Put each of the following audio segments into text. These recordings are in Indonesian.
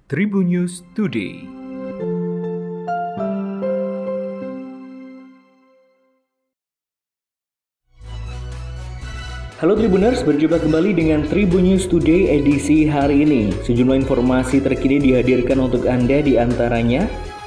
Tribun News Today. Halo Tribuners, berjumpa kembali dengan Tribun News Today edisi hari ini. Sejumlah informasi terkini dihadirkan untuk Anda, di antaranya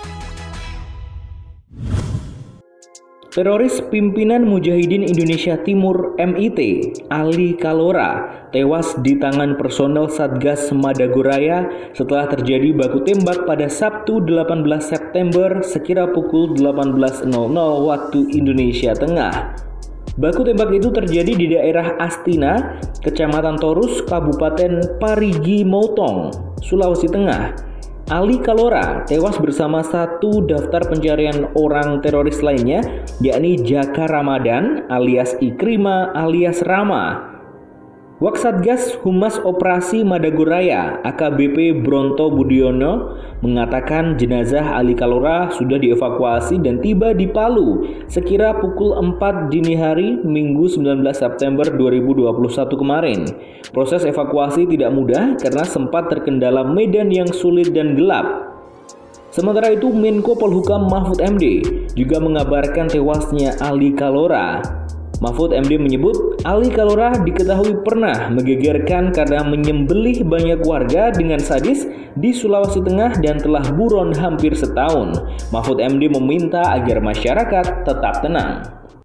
teroris pimpinan Mujahidin Indonesia Timur MIT, Ali Kalora, tewas di tangan personel Satgas Madagoraya setelah terjadi baku tembak pada Sabtu 18 September sekira pukul 18.00 waktu Indonesia Tengah. Baku tembak itu terjadi di daerah Astina, Kecamatan Torus, Kabupaten Parigi Motong, Sulawesi Tengah. Ali Kalora tewas bersama satu daftar pencarian orang teroris lainnya, yakni Jaka Ramadan alias Ikrima alias Rama. Waksatgas Humas Operasi Madagoraya AKBP Bronto Budiono mengatakan jenazah Ali Kalora sudah dievakuasi dan tiba di Palu sekira pukul 4 dini hari Minggu 19 September 2021 kemarin. Proses evakuasi tidak mudah karena sempat terkendala medan yang sulit dan gelap. Sementara itu, Menko Polhukam Mahfud MD juga mengabarkan tewasnya Ali Kalora. Mahfud MD menyebut Ali Kalora diketahui pernah menggegerkan karena menyembelih banyak warga dengan sadis di Sulawesi Tengah dan telah buron hampir setahun. Mahfud MD meminta agar masyarakat tetap tenang.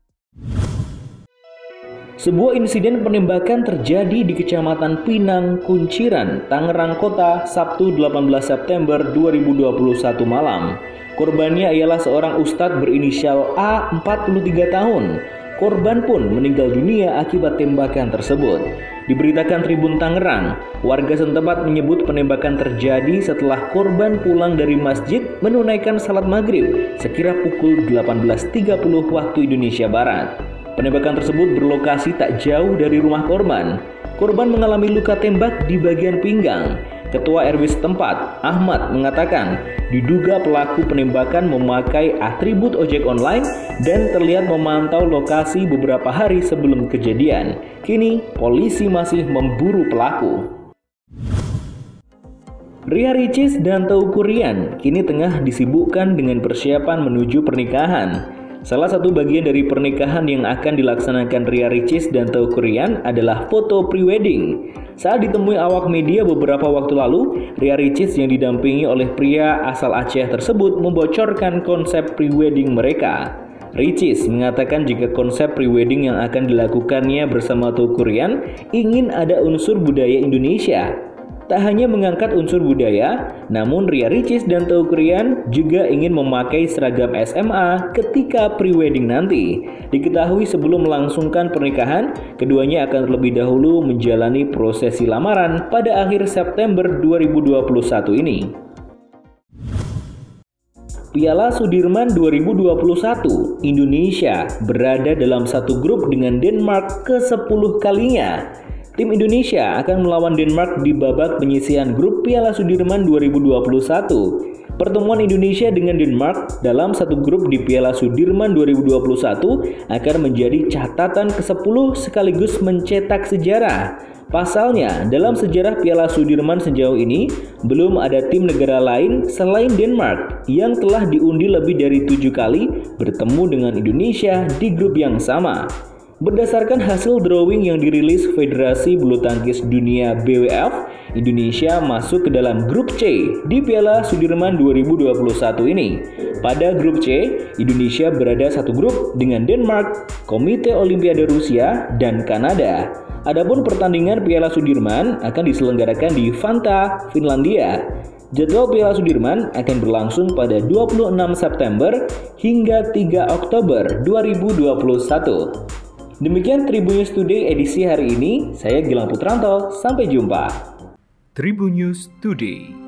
Sebuah insiden penembakan terjadi di Kecamatan Pinang, Kunciran, Tangerang Kota, Sabtu 18 September 2021 malam. Korbannya ialah seorang ustadz berinisial A, 43 tahun. Korban pun meninggal dunia akibat tembakan tersebut. Diberitakan Tribun Tangerang, warga setempat menyebut penembakan terjadi setelah korban pulang dari masjid menunaikan salat maghrib sekira pukul 18.30 waktu Indonesia Barat. Penembakan tersebut berlokasi tak jauh dari rumah korban. Korban mengalami luka tembak di bagian pinggang. Ketua RW setempat, Ahmad, mengatakan diduga pelaku penembakan memakai atribut ojek online dan terlihat memantau lokasi beberapa hari sebelum kejadian. Kini, polisi masih memburu pelaku. Ria Ricis dan Teuku Ryan kini tengah disibukkan dengan persiapan menuju pernikahan. Salah satu bagian dari pernikahan yang akan dilaksanakan Ria Ricis dan Teuku Ryan adalah foto pre-wedding. Saat ditemui awak media beberapa waktu lalu, Ria Ricis yang didampingi oleh pria asal Aceh tersebut membocorkan konsep pre-wedding mereka. Ricis mengatakan jika konsep pre-wedding yang akan dilakukannya bersama Teuku Ryan ingin ada unsur budaya Indonesia. Tak hanya mengangkat unsur budaya, namun Ria Ricis dan Teuku Ryan juga ingin memakai seragam SMA ketika pre-wedding nanti. Diketahui sebelum melangsungkan pernikahan, keduanya akan terlebih dahulu menjalani prosesi lamaran pada akhir September 2021 ini. Piala Sudirman 2021, Indonesia berada dalam satu grup dengan Denmark ke-10 kalinya. Tim Indonesia akan melawan Denmark di babak penyisihan grup Piala Sudirman 2021. Pertemuan Indonesia dengan Denmark dalam satu grup di Piala Sudirman 2021 akan menjadi catatan ke-10 sekaligus mencetak sejarah. Pasalnya, dalam sejarah Piala Sudirman sejauh ini, belum ada tim negara lain selain Denmark yang telah diundi lebih dari 7 kali bertemu dengan Indonesia di grup yang sama. Berdasarkan hasil drawing yang dirilis Federasi Bulu Tangkis Dunia BWF, Indonesia masuk ke dalam grup C di Piala Sudirman 2021 ini. Pada grup C, Indonesia berada satu grup dengan Denmark, Komite Olimpiade Rusia, dan Kanada. Adapun pertandingan Piala Sudirman akan diselenggarakan di Vantaa, Finlandia. Jadwal Piala Sudirman akan berlangsung pada 26 September hingga 3 Oktober 2021. Demikian Tribun News Today edisi hari ini. Saya Gilang Putranto. Sampai jumpa. Tribun News Today.